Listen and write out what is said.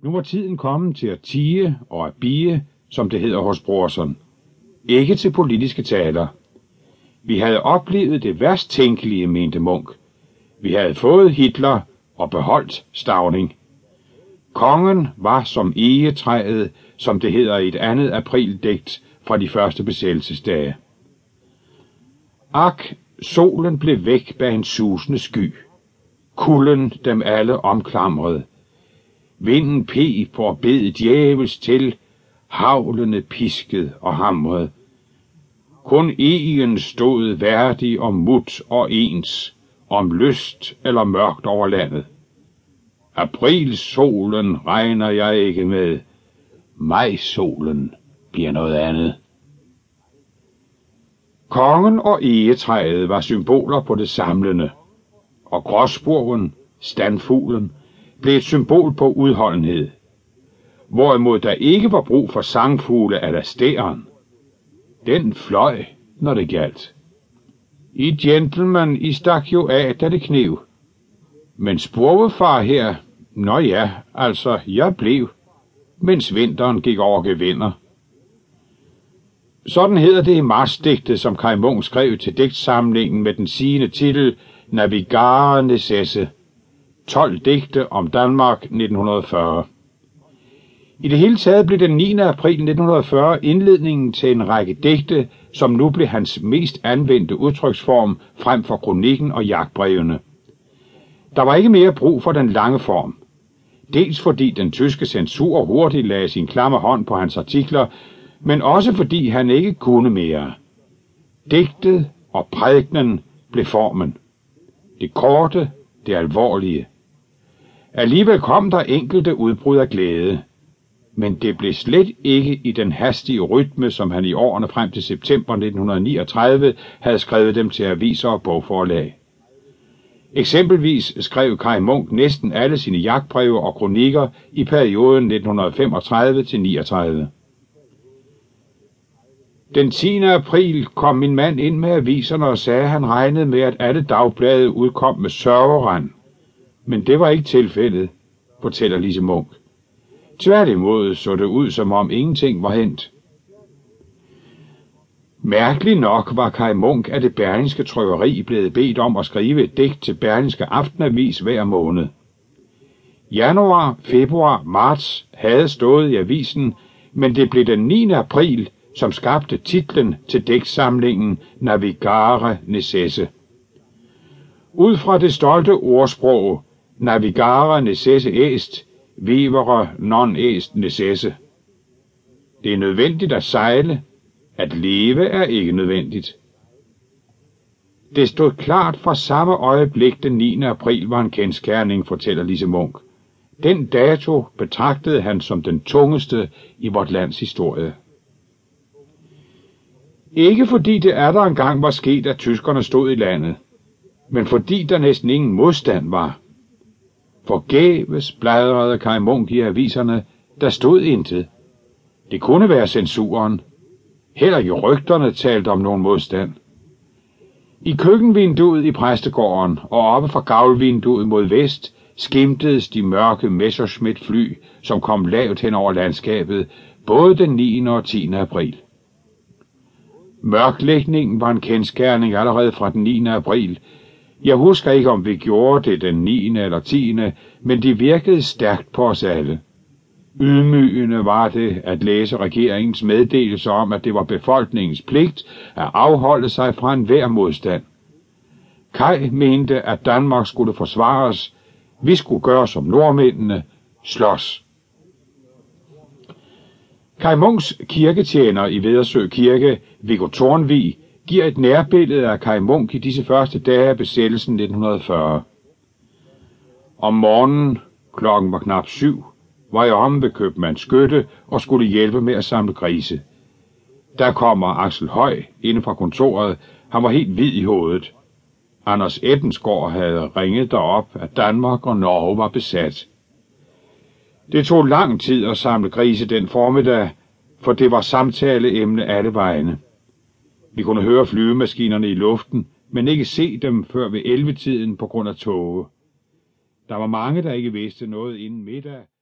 Nu var tiden kommet til at tie og at bie, som det hedder hos Brorson. Ikke til politiske taler. Vi havde oplevet det værst tænkelige, mente Munch. Vi havde fået Hitler og beholdt Stauning. Kongen var som egetræet, som det hedder i et andet aprildigt fra de første besættelsesdage. Ak, solen blev væk bag en susende sky. Kulden dem alle omklamrede. Vinden peb og bed djævels til, havlene piskede og hamrede. Kun egen stod værdig og mut og ens, om lyst eller mørkt over landet. Aprilsolen regner jeg ikke med. Majsolen bliver noget andet. Kongen og egetræet var symboler på det samlende, og gråspurven, standfuglen, blev et symbol på udholdenhed, hvorimod der ikke var brug for sangfugle a la stæren. Den fløj, når det galt. I gentleman, I stak jo af, da det knev. Men spurvefar her, nå ja, altså, jeg blev, mens vinteren gik over gevinder. Sådan hedder det i marsdigtet, som Kaj Munch skrev til digtsamlingen med den sigende titel Navigare Necesse. 12 digte om Danmark 1940. I det hele taget blev den 9. april 1940 indledningen til en række digte, som nu blev hans mest anvendte udtryksform frem for kronikken og jagtbrevene. Der var ikke mere brug for den lange form. Dels fordi den tyske censur hurtigt lagde sin klamme hånd på hans artikler, men også fordi han ikke kunne mere. Digtet og prædikenen blev formen. Det korte, det alvorlige. Alligevel kom der enkelte udbrud af glæde, men det blev slet ikke i den hastige rytme, som han i årene frem til september 1939 havde skrevet dem til aviser og bogforlag. Eksempelvis skrev Kaj Munch næsten alle sine jagtbreve og kronikker i perioden 1935 til 39. Den 10. april kom min mand ind med aviserne og sagde, at han regnede med, at alle dagblade udkom med sørgerand. Men det var ikke tilfældet, fortæller Lise Munch. Tværtimod så det ud, som om ingenting var hent. Mærkeligt nok var Kaj Munch af det Berlingske Trykkeri blevet bedt om at skrive et digt til Berlingske Aftenavis hver måned. Januar, februar, marts havde stået i avisen, men det blev den 9. april, som skabte titlen til digtsamlingen Navigare Necesse. Ud fra det stolte ordsprog Navigare necesse est, vivere non est necesse. Det er nødvendigt at sejle, at leve er ikke nødvendigt. Det stod klart fra samme øjeblik den 9. april var en kendsgerning, fortæller Lise Munch. Den dato betragtede han som den tungeste i vort lands historie. Ikke fordi det der engang var sket, at tyskerne stod i landet, men fordi der næsten ingen modstand var. Forgæves bladrede Kaj Munch i aviserne, der stod intet. Det kunne være censuren. Heller ikke rygterne talte om nogen modstand. I køkkenvinduet i præstegården og oppe fra gavlvinduet mod vest skimtedes de mørke Messerschmitt-fly, som kom lavt hen over landskabet, både den 9. og 10. april. Mørklægningen var en kendsgerning allerede fra den 9. april. Jeg husker ikke, om vi gjorde det den 9. eller 10., men de virkede stærkt på os alle. Ydmygende var det at læse regeringens meddelelse om, at det var befolkningens pligt at afholde sig fra enhver modstand. Kaj mente, at Danmark skulle forsvares. Vi skulle gøre som nordmændene, slås. Kaj Munchs kirketjener i Vedersø Kirke, Viggo Tornvig, giver et nærbillede af Kaj Munch i disse første dage af besættelsen 1940. Om morgenen, klokken var knap 7, var jeg omme ved købmands Skytte og skulle hjælpe med at samle grise. Der kommer Axel Høj inde fra kontoret. Han var helt hvid i hovedet. Anders Eddensgaard havde ringet derop, at Danmark og Norge var besat. Det tog lang tid at samle grise den formiddag, for det var samtaleemne alle vegne. Vi kunne høre flyvemaskinerne i luften, men ikke se dem før ved 11-tiden på grund af tåge. Der var mange, der ikke vidste noget inden middag.